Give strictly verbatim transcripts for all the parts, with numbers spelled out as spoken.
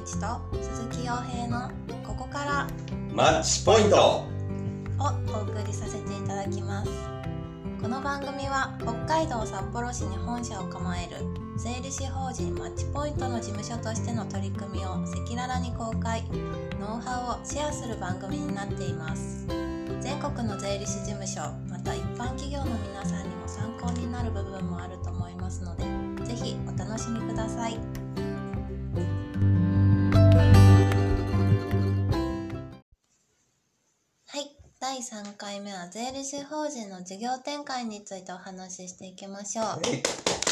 一と鈴木陽平のここからマッチポイントをお送りさせていただきます。この番組は北海道札幌市に本社を構える税理士法人マッチポイントの事務所としての取り組みを赤裸々に公開、ノウハウをシェアする番組になっています。全国の税理士事務所、また一般企業の皆さんにも参考になる部分もあると思いますので、ぜひお楽しみください。はい、だいさんかいめは税理士法人の事業展開についてお話ししていきましょう。 はいイエ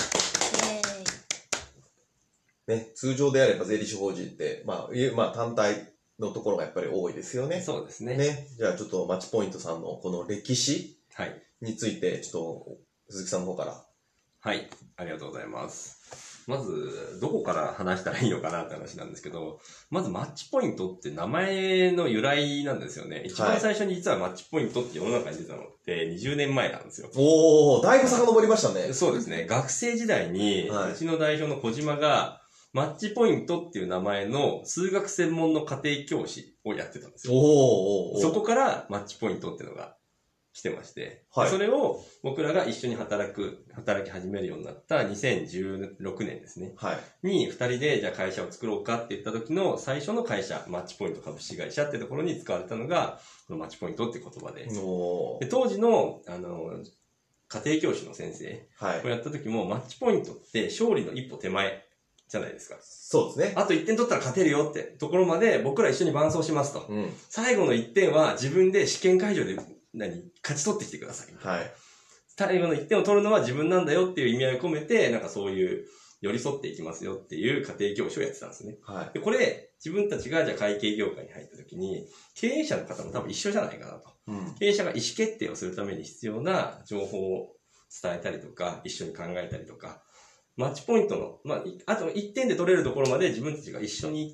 ーイ。 ね、通常であれば税理士法人って、まあ、いえまあ、単体のところがやっぱり多いですよね。 そうですね。 ね。じゃあちょっとマッチポイントさんのこの歴史はい。 について、ちょっと鈴木さんの方から。 はい。ありがとうございます。まず、どこから話したらいいのかなって話なんですけど、まずマッチポイントって名前の由来なんですよね。一番最初に実はマッチポイントって世の中に出たのってにじゅうねんまえなんですよ。 おー、だいぶ遡りましたね。 そうですね。学生時代に、 はいうちの代表の小島が、マッチポイントっていう名前の数学専門の家庭教師をやってたんですよ。 おーおーおーそこからマッチポイントっていうのが来てまして、 はいそれを僕らが一緒に働く、働き始めるようになったにせんじゅうろくねんですね。 はい。 に二人でじゃあ会社を作ろうかって言った時の最初の会社、マッチポイント株式会社ってところに使われたのが、このマッチポイントって言葉で。 おーで当時の、あの、家庭教師の先生はいを。やった時も、マッチポイントって勝利の一歩手前じゃないですか。 そうですね。 あといってん取ったら勝てるよってところまで僕ら一緒に伴走しますと。 うん。 最後のいってんは自分で試験会場で何勝ち取ってきてください。 はい。 最後のいってんを取るのは自分なんだよっていう意味合いを込めて、なんかそういう寄り添っていきますよっていう家庭教師をやってたんですね。 はい。 で、これ、自分たちがじゃあ会計業界に入った時に、経営者の方も多分一緒じゃないかなと。 うん。 経営者が意思決定をするために必要な情報を伝えたりとか、一緒に考えたりとか、マッチポイントの、まあ、いあといってんで取れるところまで自分たちが一緒に行って、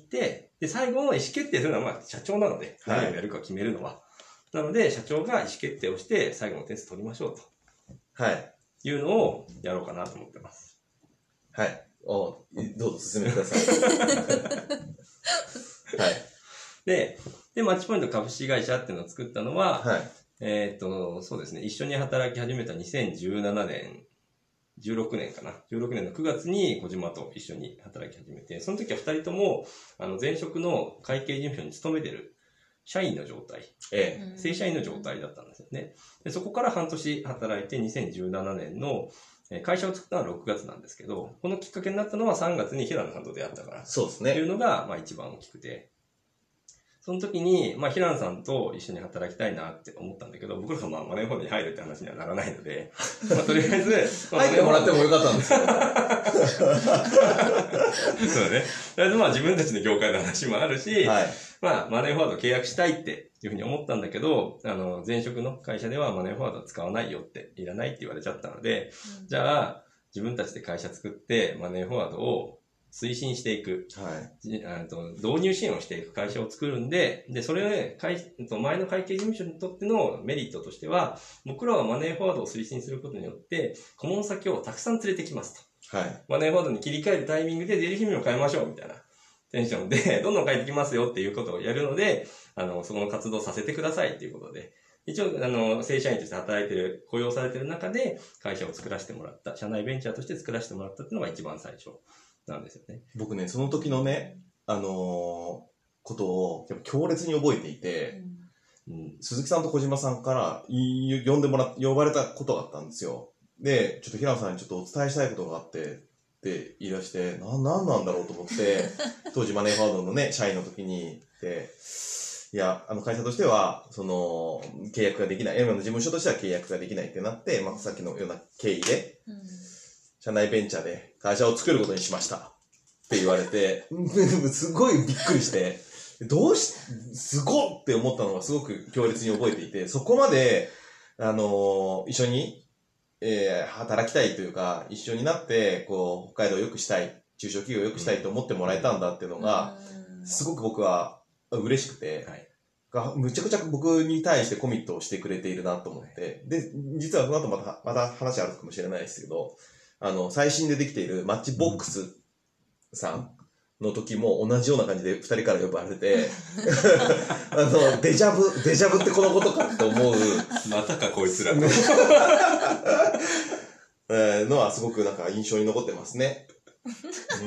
で、最後の意思決定するのはまあ社長なので、 はい何をやるか決めるのは。なので、社長が意思決定をして、最後の点数取りましょうとはい。 いうのをやろうかなと思ってます。 はい。おどうぞ進めてください。はい。 で、で、マッチポイント株式会社っていうのを作ったのは、 はい。 えーっと、そうですね、一緒に働き始めたにせんじゅうななねん、じゅうろくねんかな。じゅうろくねんのくがつに小島と一緒に働き始めて、その時は二人とも、あの、前職の会計事務所に勤めてる社員の状態、 ええ。 正社員の状態だったんですよね。でそこから半年働いてにせんじゅうななねんのえー会社を作ったのはろくがつなんですけど、このきっかけになったのはさんがつに平野さんと出会ったから。 そうですね。 っていうのが、まあ一番大きくて。その時に、まあ平野さんと一緒に働きたいなって思ったんだけど、僕らがまあマネーフォードに入るって話にはならないので、まあとりあえず、まあ入ってもらってもよかったんですけど。 そうだね。とりあえずまあ自分たちの業界の話もあるし、 はい。 まあマネーフォワード契約したいっていうふうに思ったんだけど、あの、前職の会社ではマネーフォワード使わないよって、いらないって言われちゃったので、 うんじゃあ自分たちで会社作ってマネーフォワードを推進していく。 はい。 じあと導入支援をしていく会社を作るんで、で、それを会、前の会計事務所にとってのメリットとしては、僕らはマネーフォワードを推進することによって、顧問先をたくさん連れてきますと。 はい。 マネーフォワードに切り替えるタイミングで税理士費を変えましょうみたいなテンションで、どんどん変えてきますよっていうことをやるので、あの、そこの活動させてくださいっていうことで、一応、あの、正社員として働いてる、雇用されてる中で会社を作らせてもらった、社内ベンチャーとして作らせてもらったっていうのが一番最初なんですよね。 僕ね、その時のね、あのーことをやっぱ強烈に覚えていて、 うん。 鈴木さんと小島さんからい呼んでもら、呼ばれたことがあったんですよ。で、ちょっと平野さんにちょっとお伝えしたいことがあって、って言い出して、な、なんなんだろうと思って、当時マネーフォワードのね、社員の時に、で、いや、あの会社としては、その、契約ができない、今の事務所としては契約ができないってなって、まあ、さっきのような経緯で、 うん社内ベンチャーで会社を作ることにしました。って言われて、すごいびっくりして、どうし、すごっって思ったのがすごく強烈に覚えていて、そこまで、あのー一緒に、えー働きたいというか、一緒になって、こう、北海道を良くしたい、中小企業を良くしたいと思ってもらえたんだっていうのが、すごく僕は嬉しくて、 はい。 がむちゃくちゃ僕に対してコミットをしてくれているなと思って、で、実はその後また、また話あるかもしれないですけど、あの、最新でできているマッチボックスさんの時も同じような感じで二人から呼ばれて、あの、デジャブ、デジャブってこのことかって思う。 またかこいつら。 えー、のはすごくなんか印象に残ってますね。うん。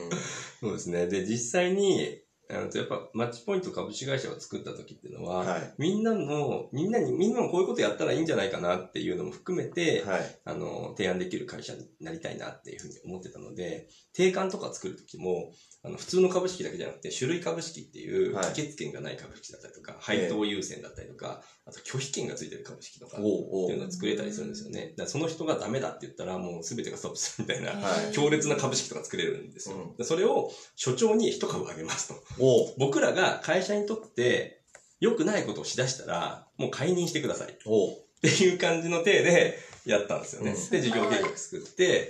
そうですね。で、実際に、あの、やっぱ、マッチポイント株式会社を作った時っていうのは、はい、みんなの、みんなに、みんなもこういうことやったらいいんじゃないかなっていうのも含めて、はい、あの、提案できる会社になりたいなっていうふうに思ってたので、定款とか作る時も、あの、普通の株式だけじゃなくて、種類株式っていう、議決権がない株式だったりとか、はい、配当優先だったりとか、あと拒否権がついてる株式とか、っていうのを作れたりするんですよね。だからその人がダメだって言ったら、もう全てがストップするみたいな、強烈な株式とか作れるんですよ。うん、それを、所長に一株あげますと。僕らが会社にとって良くないことをしだしたら、もう解任してください。っていう感じの体でやったんですよね。うん、で、事業計画作って、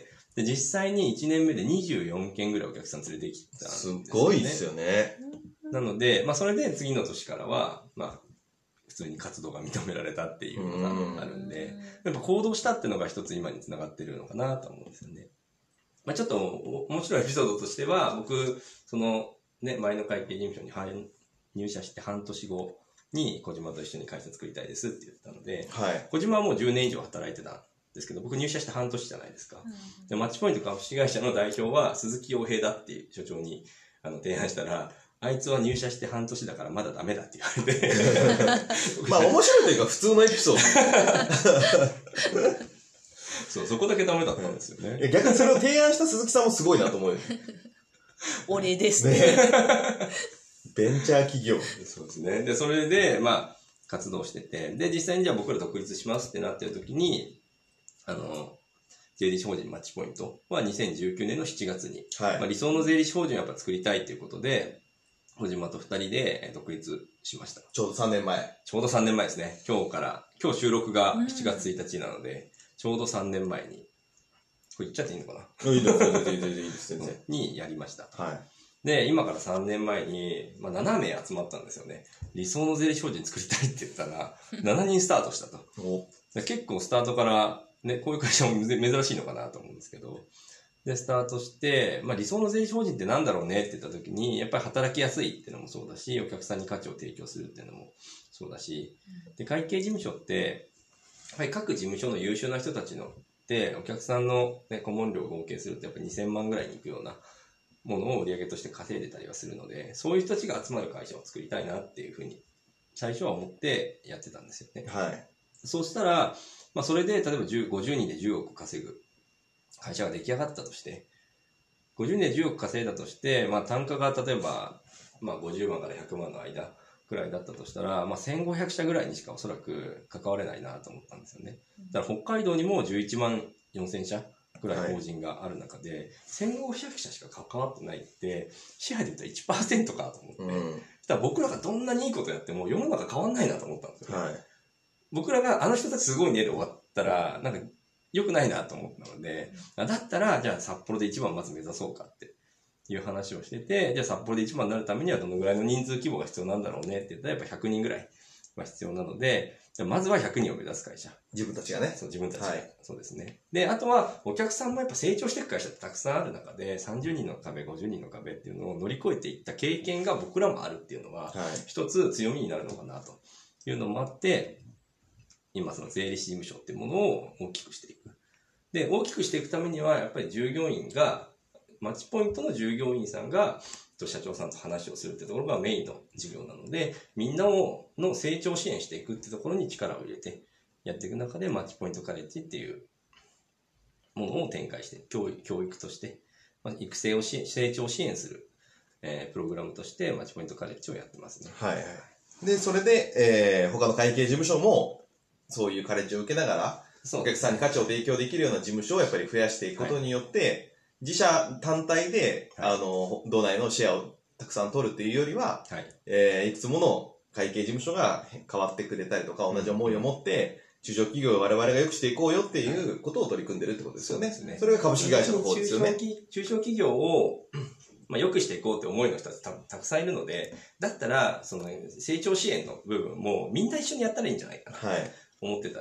で、実際にいちねんめでにじゅうよんけんぐらいお客さん連れてきたんですよね。 すごいですよね。 なので、まあそれで次の年からは、まあ、普通に活動が認められたっていうのがあるんで、やっぱ行動したっていうのが一つ今につながってるのかなと思うんですよね。まあちょっと面白いエピソードとしては、僕、その、ね、前の会計事務所に入社して半年後に小島と一緒に会社作りたいですって言ったので、はい、小島はもうじゅうねん以上働いてたんですけど、僕入社して半年じゃないですか。うん、でマッチポイント株式会社の代表は鈴木洋平だっていう所長にあの提案したら、あいつは入社して半年だからまだダメだって言われて。 まあ面白いというか普通のエピソード。 そう、そこだけダメだったんですよね。 逆にそれを提案した鈴木さんもすごいなと思うよ。 お礼ですね。 ベンチャー企業。 そうですね。で、それで、まあ、活動してて、で、実際にじゃあ僕ら独立しますってなってる時に、あの、税理士法人マッチポイントはにせんじゅうきゅうねんのしちがつに、はい、まあ、理想の税理士法人をやっぱ作りたいということで、小島とふたりで独立しました。 ちょうどさんねんまえ。 ちょうどさんねんまえですね。今日から、今日収録がしちがつついたちなので、うん、ちょうどさんねんまえに、これ言っちゃっていいのかな？ いいです、いいです、いいです、全然。 にやりました。 はい。 で、今からさんねんまえに、まあ、ななめい集まったんですよね。理想の税理士法人作りたいって言ったら、ななにんスタートしたと。結構スタートから、ね、こういう会社も珍しいのかなと思うんですけど、で、スタートして、まあ、理想の税理士法人ってなんだろうねって言った時に、やっぱり働きやすいっていうのもそうだし、お客さんに価値を提供するっていうのもそうだし、で、会計事務所って、やっぱり各事務所の優秀な人たちの、で、お客さんの、ね、顧問料を合計するとやっぱりにせんまんぐらいに行くようなものを売り上げとして稼いでたりはするので、そういう人たちが集まる会社を作りたいなっていうふうに、最初は思ってやってたんですよね。 はい。 そうしたら、まあそれで、例えばごじゅうにんでじゅうおく稼ぐ会社が出来上がったとして、ごじゅうにんでじゅうおく稼いだとして、まあ単価が例えば、まあごじゅうまんからひゃくまんの間くらいだったとしたら、まあせんごひゃくしゃぐらいにしかおそらく関われないなと思ったんですよね。だから北海道にもじゅういちまんよんせんしゃくらい法人がある中で、はい、せんごひゃくしゃしか関わってないって、支配で言ったら いちパーセント かと思って、うん、そしたら僕らがどんなにいいことやっても世の中変わんないなと思ったんですよ、ね。はい、僕らがあの人たちすごいねで終わったら、なんか良くないなと思ったので、だったら、じゃあ札幌でいちばんまず目指そうかっていう話をしてて、じゃあ札幌でいちばんになるためにはどのぐらいの人数規模が必要なんだろうねって言ったら、やっぱひゃくにんぐらいは必要なので、まずはひゃくにんを目指す会社。 自分たちがね。 そう、自分たちが。はい、そうですね。で、あとは、お客さんもやっぱ成長していく会社ってたくさんある中で、さんじゅうにんの壁、ごじゅうにんの壁っていうのを乗り越えていった経験が僕らもあるっていうのは、一つ強みになるのかなというのもあって、今その税理士事務所っていうものを大きくしていく。で、大きくしていくためには、やっぱり従業員が、マッチポイントの従業員さんが、社長さんと話をするってところがメインの事業なので、みんなをの成長支援していくってところに力を入れてやっていく中で、マッチポイントカレッジっていうものを展開して、教育、教育として、まあ、育成を支援、成長を支援する、えー、プログラムとして、マッチポイントカレッジをやってますね。 はいはい。で、それで、えー、他の会計事務所も、そういうカレッジを受けながら、お客さんに価値を提供できるような事務所をやっぱり増やしていくことによって、はい、自社単体で、はい、あの、道内のシェアをたくさん取るっていうよりは、はい、えー、いくつもの会計事務所が変わってくれたりとか、同じ思いを持って、中小企業を我々が良くしていこうよっていうことを取り組んでるってことですよね。はい、そうですね。それが株式会社の方ですよね。 中小企業を、まあ、良くしていこうって思いの人たちたたくさんいるので、だったら、その、成長支援の部分もみんな一緒にやったらいいんじゃないかな。はい。思ってたり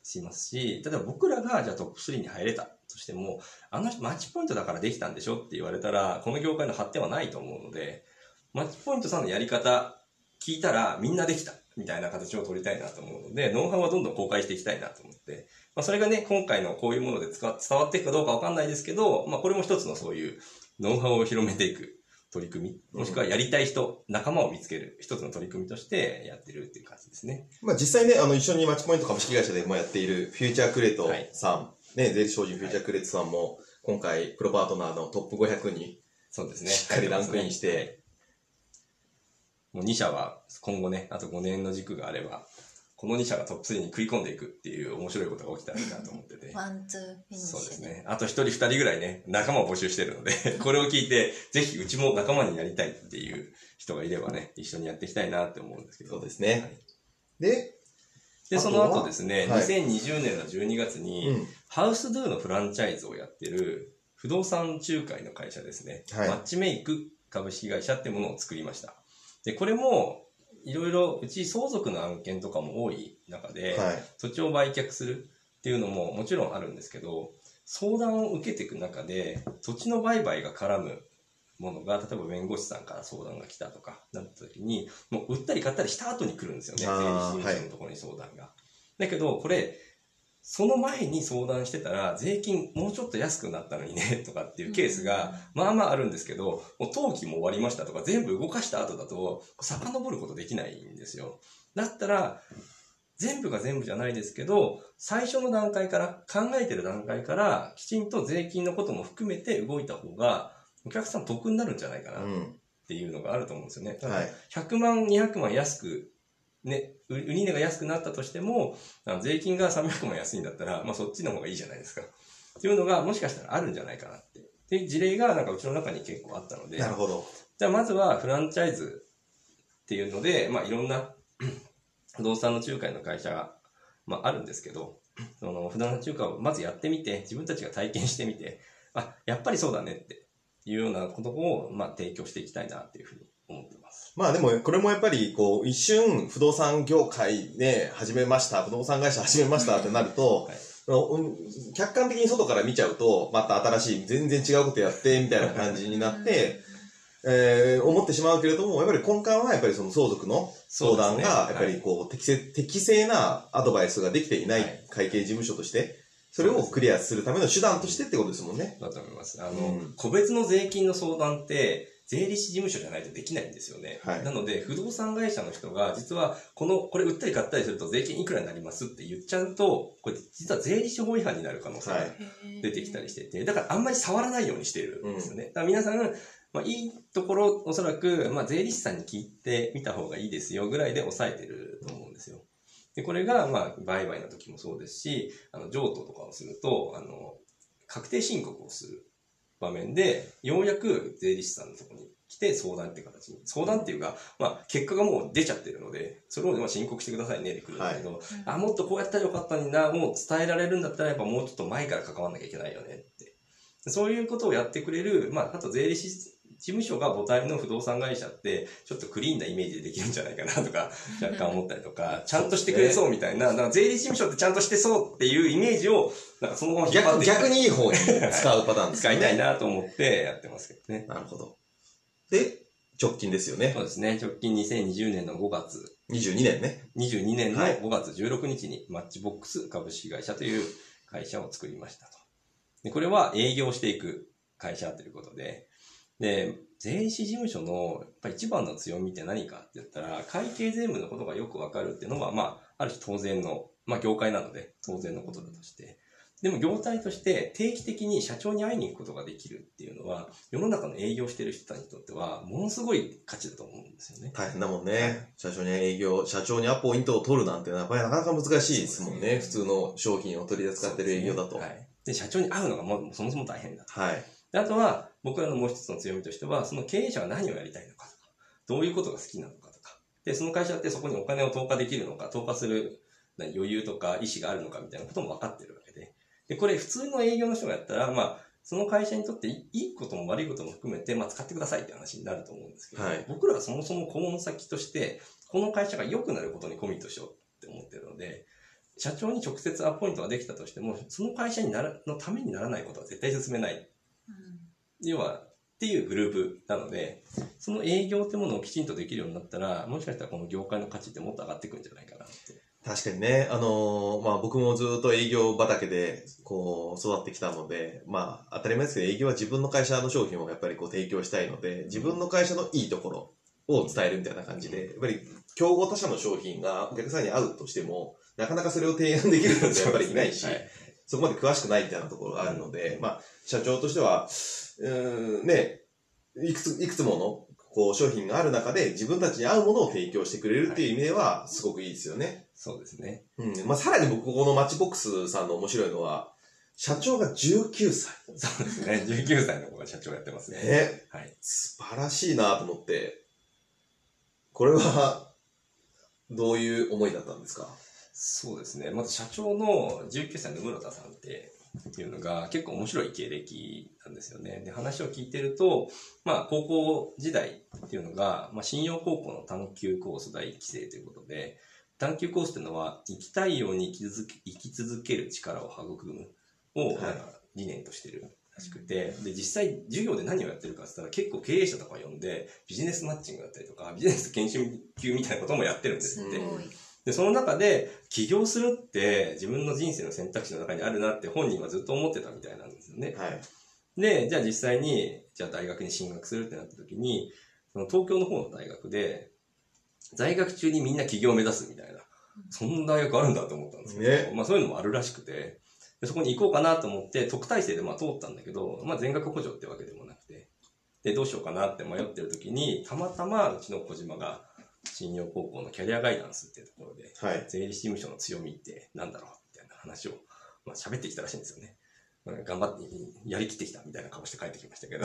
しますし、例えば僕らがじゃあトップスリーに入れたとしても、あのマッチポイントだからできたんでしょって言われたら、この業界の発展はないと思うので、マッチポイントさんのやり方聞いたらみんなできたみたいな形を取りたいなと思うので、ノウハウはどんどん公開していきたいなと思って、まあそれがね、今回のこういうもので伝わっていくかどうかわかんないですけど、まあこれも一つのそういうノウハウを広めていく取り組み、もしくはやりたい人、うん、仲間を見つける一つの取り組みとしてやってるっていう感じですね。 まあ実際ね、あの一緒にマッチポイント株式会社でもやっているフューチャークレートさん、はい、ね、税理士法人フューチャークレートさんも今回プロパートナーのトップごひゃくにそうですね、しっかりランクインして、 もうに社は今後ね、あとごねんの軸があれば、このに社がトップスリーに食い込んでいくっていう面白いことが起きたらいいなと思ってて。 ワン、ツー、フィニッシュ。 そうですね。あとひとりふたりぐらいね、仲間を募集してるので、これを聞いて、ぜひうちも仲間になりたいっていう人がいればね、一緒にやっていきたいなって思うんですけど。 そうですね。はい、で、 で、その後ですね、はい、にせんにじゅうねんのじゅうにがつに、 うん、 ハウスドゥのフランチャイズをやってる不動産仲介の会社ですね。はい、マッチメイク株式会社ってものを作りました。で、これも、いろいろ、うち相続の案件とかも多い中で、はい、土地を売却するっていうのももちろんあるんですけど、相談を受けていく中で、土地の売買が絡むものが、例えば弁護士さんから相談が来たとか、なった時に、もう売ったり買ったりした後に来るんですよね。税理士事務所のところに相談が。はい、だけど、これ、その前に相談してたら、税金もうちょっと安くなったのにね、とかっていうケースが、まあまああるんですけど、もう登記も終わりましたとか、全部動かした後だと、遡ることできないんですよ。だったら、全部が全部じゃないですけど、最初の段階から、考えてる段階から、きちんと税金のことも含めて動いた方が、お客さん得になるんじゃないかな、っていうのがあると思うんですよね。はい、ひゃくまん、にひゃくまん安く、ね、売り値が安くなったとしても、税金がさんびゃくまん安いんだったら、まあそっちの方がいいじゃないですか。っていうのがもしかしたらあるんじゃないかなって。っていう事例がなんかうちの中に結構あったので。 なるほど。 じゃあまずはフランチャイズっていうので、まあいろんな不動産の仲介の会社が、まああるんですけど、その不動産仲介をまずやってみて、自分たちが体験してみて、あ、やっぱりそうだねっていうようなことを、まあ提供していきたいなっていうふうに思ってます。 まあでも、これもやっぱり、こう、一瞬、不動産業界で始めました、不動産会社始めましたってなると、はい、客観的に外から見ちゃうと、また新しい、全然違うことやって、みたいな感じになって、えー、思ってしまうけれども、やっぱり根幹はやっぱりその相続の相談が、やっぱりこう、適正、適正なアドバイスができていない会計事務所として、それをクリアするための手段としてってことですもんね。 だと思います。あの、うん、個別の税金の相談って、税理士事務所じゃないとできないんですよね。はい、なので、不動産会社の人が、実は、この、これ売ったり買ったりすると税金いくらになりますって言っちゃうと、これ実は税理士法違反になる可能性が出てきたりしてて、だからあんまり触らないようにしてるんですよね。うん、だから皆さん、まあ、いいところ、おそらく、まあ、税理士さんに聞いてみた方がいいですよぐらいで抑えてると思うんですよ。で、これが、まあ、売買の時もそうですし、あの、譲渡とかをすると、あの、確定申告をする場面で、ようやく税理士さんのところに来て相談っていう形に。相談っていうか、まあ、結果がもう出ちゃってるので、それをまあ申告してくださいねで来るんだけど、はい、あ、もっとこうやったらよかったのにな、もう伝えられるんだったらやっぱもうちょっと前から関わんなきゃいけないよねって。そういうことをやってくれる、まあ、あと税理士事務所が母体の不動産会社って、ちょっとクリーンなイメージでできるんじゃないかなとか、若干思ったりとか、ちゃんとしてくれそうみたいな、なんか税理士事務所ってちゃんとしてそうっていうイメージを、なんかそのまま引っ張って逆、逆にいい方に使うパターンですね。 使いたいなと思ってやってますけどね。 なるほど。で、直近ですよね。 そうですね。直近にせんにじゅうねんのごがつ。 にじゅうにねんね。 にじゅうにねんのごがつじゅうろくにちにマッチボックス株式会社という会社を作りましたと。で、これは営業していく会社ということで、で、税理士事務所のやっぱ一番の強みって何かって言ったら、会計税務のことがよくわかるっていうのは、まあ、ある種当然の、まあ業界なので当然のことだとして、でも業態として定期的に社長に会いに行くことができるっていうのは、世の中の営業してる人たちにとっては、ものすごい価値だと思うんですよね。 大変だもんね。社長に営業、社長にアポイントを取るなんてのは、やっぱりなかなか難しいですもんね。普通の商品を取り扱ってる営業だと。 ね、はい。で、社長に会うのがもうそもそも大変だと。 はい。 で、あとは、僕らのもう一つの強みとしては、その経営者が何をやりたいのかとか、どういうことが好きなのかとか、で、その会社ってそこにお金を投下できるのか、投下する余裕とか意思があるのかみたいなことも分かってるわけで、で、これ普通の営業の人がやったら、まあ、その会社にとっていいことも悪いことも含めて、まあ、使ってくださいって話になると思うんですけど、はい、僕らはそもそも顧問先として、この会社が良くなることにコミットしようって思ってるので、 社長に直接アポイントができたとしても、その会社になるのためにならないことは絶対進めない。 うん、 要は、っていうグループなので、その営業ってものをきちんとできるようになったら、もしかしたらこの業界の価値ってもっと上がっていくんじゃないかなって。 確かにね、あのー、まあ僕もずっと営業畑でこう育ってきたので、まあ当たり前ですけど営業は自分の会社の商品をやっぱりこう提供したいので、自分の会社のいいところを伝えるみたいな感じで、やっぱり競合他社の商品がお客さんに合うとしても、なかなかそれを提案できる人ってやっぱりいないし、はい、そこまで詳しくないみたいなところがあるので、まあ社長としては、うーんね、いくつ、いくつものこう商品がある中で自分たちに合うものを提供してくれるっていう意味ではすごくいいですよね。はい、 そうですね。 うん。まあ、さらに僕、このマッチボックスさんの面白いのは、社長がじゅうきゅうさい。 そうですね。じゅうきゅうさいの子が社長やってますね。 ね。 はい。 素晴らしいなと思って。これは、どういう思いだったんですか？ そうですね。まず社長のじゅうきゅうさいの室田さんっていうのが結構面白い経歴なんですよね。で、話を聞いてると、まあ、高校時代っていうのが、まあ、信用高校の探究コース第一期生ということで、探究コースっていうのは、生きたいように生き続け、生き続ける力を育むを、なんか理念としてるらしくて、で、実際授業で何をやってるかって言ったら結構経営者とか呼んで、ビジネスマッチングだったりとか、ビジネス研修級みたいなこともやってるんですって。で、その中で、起業するって自分の人生の選択肢の中にあるなって本人はずっと思ってたみたいなんですよね。 はい。 で、じゃあ実際に、じゃあ大学に進学するってなった時に、その東京の方の大学で、在学中にみんな起業を目指すみたいな、そんな大学あるんだと思ったんですけど、ね、まあそういうのもあるらしくて、でそこに行こうかなと思って、特待生でまあ通ったんだけど、まあ全額補助ってわけでもなくて、で、どうしようかなって迷ってる時に、たまたまうちの小島が、信用高校のキャリアガイダンスっていうところで、はい、税理士事務所の強みってなんだろうみたいな話を、まあ、喋ってきたらしいんですよね。まあ、頑張ってやりきってきたみたいな顔して帰ってきましたけど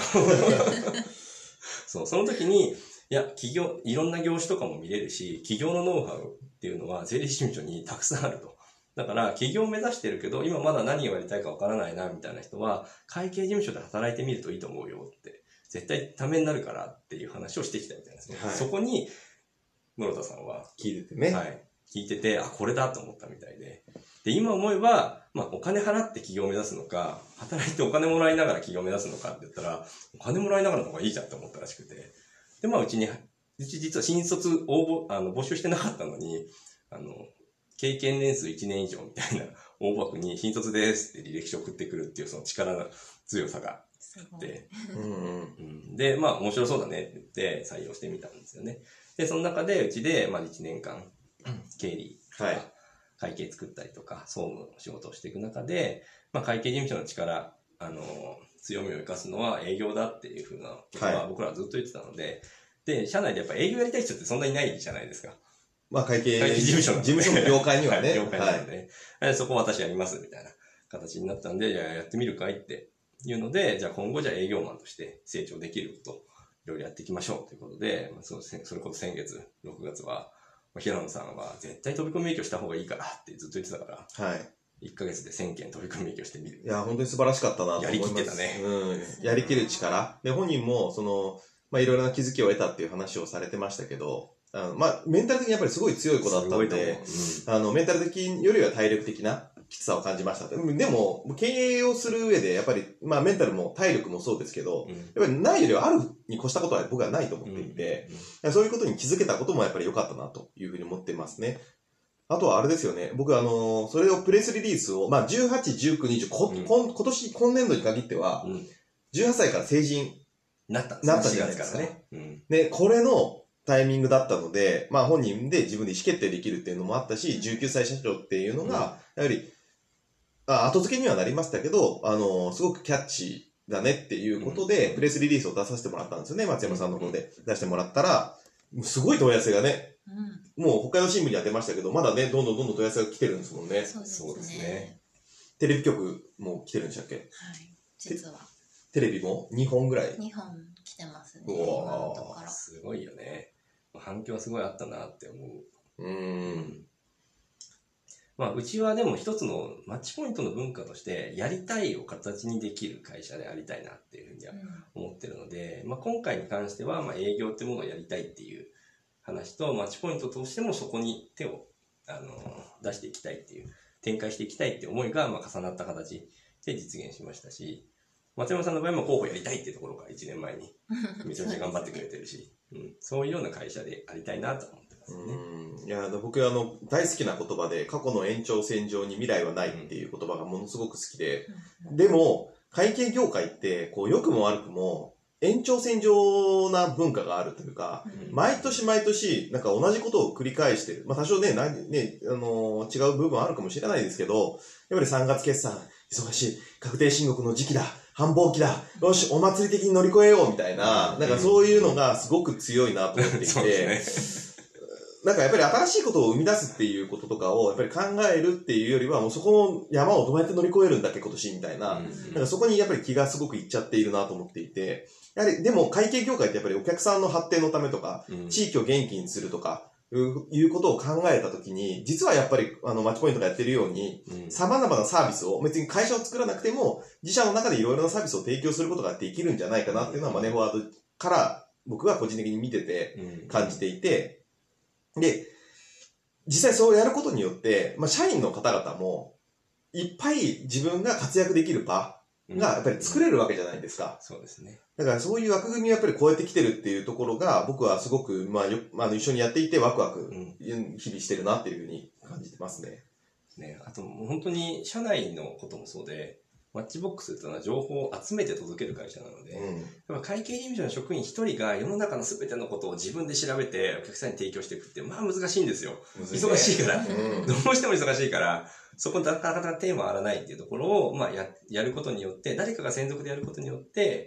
そう、その時に、いや、企業、いろんな業種とかも見れるし、企業のノウハウっていうのは税理士事務所にたくさんあると。だから、企業を目指してるけど、今まだ何をやりたいかわからないな、みたいな人は、会計事務所で働いてみるといいと思うよって、絶対ためになるからっていう話をしてきたみたいですね。はい、そこに、室田さんは、 聞いててね。 はい。聞いてて、あ、これだと思ったみたいで。で、今思えば、まあ、お金払って起業を目指すのか、働いてお金もらいながら起業を目指すのかって言ったら、お金もらいながらの方がいいじゃんって思ったらしくて。で、まあ、うちに、うち実は新卒応募、あの、募集してなかったのに、あの、経験年数いちねん以上みたいな応募枠に新卒ですって履歴書送ってくるっていうその力の強さがあって、うんうん、で、まあ、面白そうだねって言って採用してみたんですよね。で、その中で、うちで、まあ、いちねんかん、経理とか、会計作ったりとか、総務の仕事をしていく中で、まあ、会計事務所の力、あの、強みを生かすのは営業だっていうふうなことは僕らはずっと言ってたので、で、社内でやっぱ営業やりたい人ってそんなにいないじゃないですか。 まあ、会計、 会計事務所の、 事務所の業界にはね。 業界なので、はい、そこ私やりますみたいな形になったんで、じゃあやってみるかいっていうので、じゃあ今後じゃあ営業マンとして成長できること、いろいろやっていきましょうということで、それこそ先月、ろくがつは、平野さんは絶対飛び込み免許した方がいいからってずっと言ってたから、はい。いっかげつでせんけん飛び込み免許してみる。 いや、本当に素晴らしかったなと思います。 やりきってたね。 うん。やりきる力。で、本人も、その、まあ、いろいろな気づきを得たっていう話をされてましたけど、あの、まあ、メンタル的にやっぱりすごい強い子だったんで、うん、あの、メンタル的よりは体力的なきつさを感じました。でも、経営をする上で、やっぱり、まあ、メンタルも体力もそうですけど、うん、やっぱりないよりはあるに越したことは僕はないと思っていて、うん、そういうことに気づけたこともやっぱり良かったなというふうに思ってますね。あとはあれですよね。僕あの、それをプレスリリースを、まあ、じゅうはち、じゅうく、にじゅう、こ、うん、今年、今年度に限っては、うん、じゅうはっさいから成人なったんですなったじゃないですか。ね。うん、で、これのタイミングだったので、まあ本人で自分で意思決定できるっていうのもあったし、じゅうきゅうさい社長っていうのが、やはり、あ後付けにはなりましたけど、あの、すごくキャッチーだねっていうことで、プレスリリースを出させてもらったんですよね。松山さんの方で出してもらったら、すごい問い合わせがね、うん、もう北海道新聞には出ましたけど、まだね、どんどんどんどん問い合わせが来てるんですもんね。 そうですね。そうですね。 テレビ局も来てるんでしたっけ？はい。 実は。 テレビもにほんぐらい。 にほん来てますね。 うわすごいよね。反響はすごいあったなって思う。うーん。まあ、うちはでも一つのマッチポイントの文化として、やりたいを形にできる会社でありたいなっていうふうには思ってるので、うん、まあ今回に関しては、まあ営業ってものをやりたいっていう話と、マッチポイントとしてもそこに手を、あの、出していきたいっていう展開していきたいって思いが、まあ、重なった形で実現しましたし、松山さんの場合も候補やりたいっていうところがいちねんまえにめちゃめちゃ頑張ってくれてるし、うん、そういうような会社でありたいなと思ってますね。 うん、いや、僕はあの、大好きな言葉で、過去の延長線上に未来はないっていう言葉がものすごく好きで、でも、会計業界って、こう、良くも悪くも、延長線上な文化があるというか、うん、毎年毎年、なんか同じことを繰り返してる。まあ多少ね、何ね、あのー、違う部分あるかもしれないですけど、やっぱりさんがつ決算、忙しい、確定申告の時期だ、繁忙期だ、よし、お祭り的に乗り越えようみたいな、なんかそういうのがすごく強いなと思っていて、そうですね。なんかやっぱり新しいことを生み出すっていうこととかをやっぱり考えるっていうよりはもうそこの山をどうやって乗り越えるんだっけ今年みたいな、うん、なんかそこにやっぱり気がすごくいっちゃっているなと思っていて、やはりでも会計業界ってやっぱりお客さんの発展のためとか、うん、地域を元気にするとか、いうことを考えたときに、実はやっぱりあのマッチポイントがやってるように、うん、様々なサービスを別に会社を作らなくても自社の中でいろいろなサービスを提供することができるんじゃないかなっていうのは、うん、マネーフォワードから僕は個人的に見てて感じていて、うん、で、実際そうやることによって、まあ、社員の方々も、いっぱい自分が活躍できる場がやっぱり作れるわけじゃないですか。 うん、そうですね。 だからそういう枠組みをやっぱり超えてきてるっていうところが、僕はすごく、まあ、よ、あの、一緒にやっていてワクワク、日々してるなっていうふうに感じてますね。 ね、あともう本当に社内のこともそうで、マッチボックスというのは情報を集めて届ける会社なので、うん、やっぱ会計事務所の職員一人が世の中の全てのことを自分で調べてお客さんに提供していくって、まあ難しいんですよ。忙しいから、うん。どうしても忙しいから、そこなかなかテーマはあらないっていうところを、まあや、やることによって、誰かが専属でやることによって、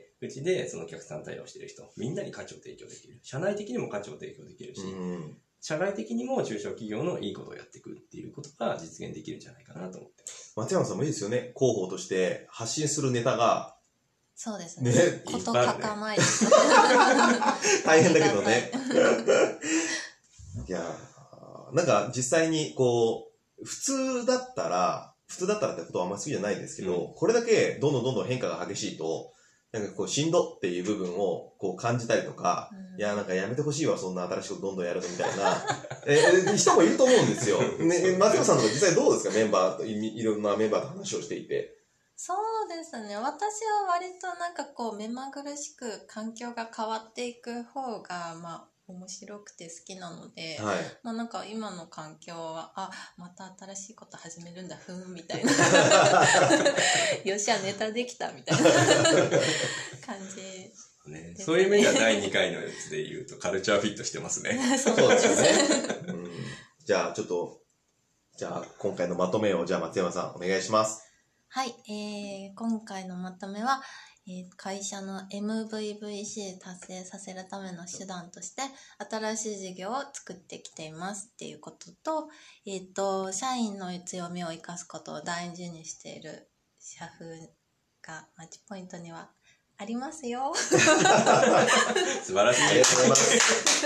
うちでそのお客さん対応している人、みんなに価値を提供できる。社内的にも価値を提供できるし、うん、社外的にも中小企業のいいことをやっていくっていうことが実現できるんじゃないかなと思ってます。 松山さんもいいですよね。広報として発信するネタが。 そうですね。 ね。 ことかかまいです。 大変だけどね。いやなんか実際にこう、普通だったら、普通だったらってことはあんまり好きじゃないですけど、うん、これだけどんどんどんどん変化が激しいと、なんかこう、しんどっていう部分をこう感じたりとか、うん、いや、なんかやめてほしいわ、そんな新しいことどんどんやるのみたいな、えー、人もいると思うんですよ。ね、松山さんとか実際どうですか、メンバーとい、いろんなメンバーと話をしていて。 そうですね。私は割となんかこう、目まぐるしく環境が変わっていく方が、まあ、面白くて好きなので、はい、まあなんか今の環境は、あ、また新しいこと始めるんだ、ふーん、みたいな。よっしゃ、ネタできた、みたいな感じ、 ね。そういう意味ではだいにかいのやつで言うと、カルチャーフィットしてますね。 そうですよね。うん、じゃあちょっと、じゃあ今回のまとめを、じゃあ松山さんお願いします。 はい、えー、今回のまとめは、えー、会社の エムブイブイシー 達成させるための手段として新しい事業を作ってきていますっていうことと、えっと、社員の強みを生かすことを大事にしている社風がマッチポイントにはありますよ。 素晴らしい。ありがとうございます。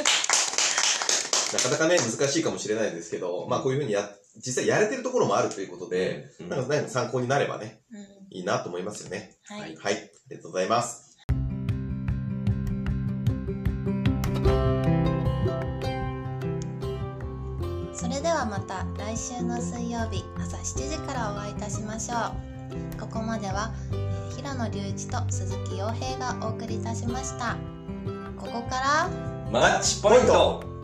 なかなかね、難しいかもしれないですけど、まあこういうふうにや、実際やれてるところもあるということで、うん、なんか何か参考になればね、うん、いいなと思いますよね。 はい。 はい。ありがとうございます。 それではまた来週の水曜日朝しちじからお会いいたしましょう。ここまでは、えー、平野隆一と鈴木陽平がお送りいたしました。ここからマッチポイント。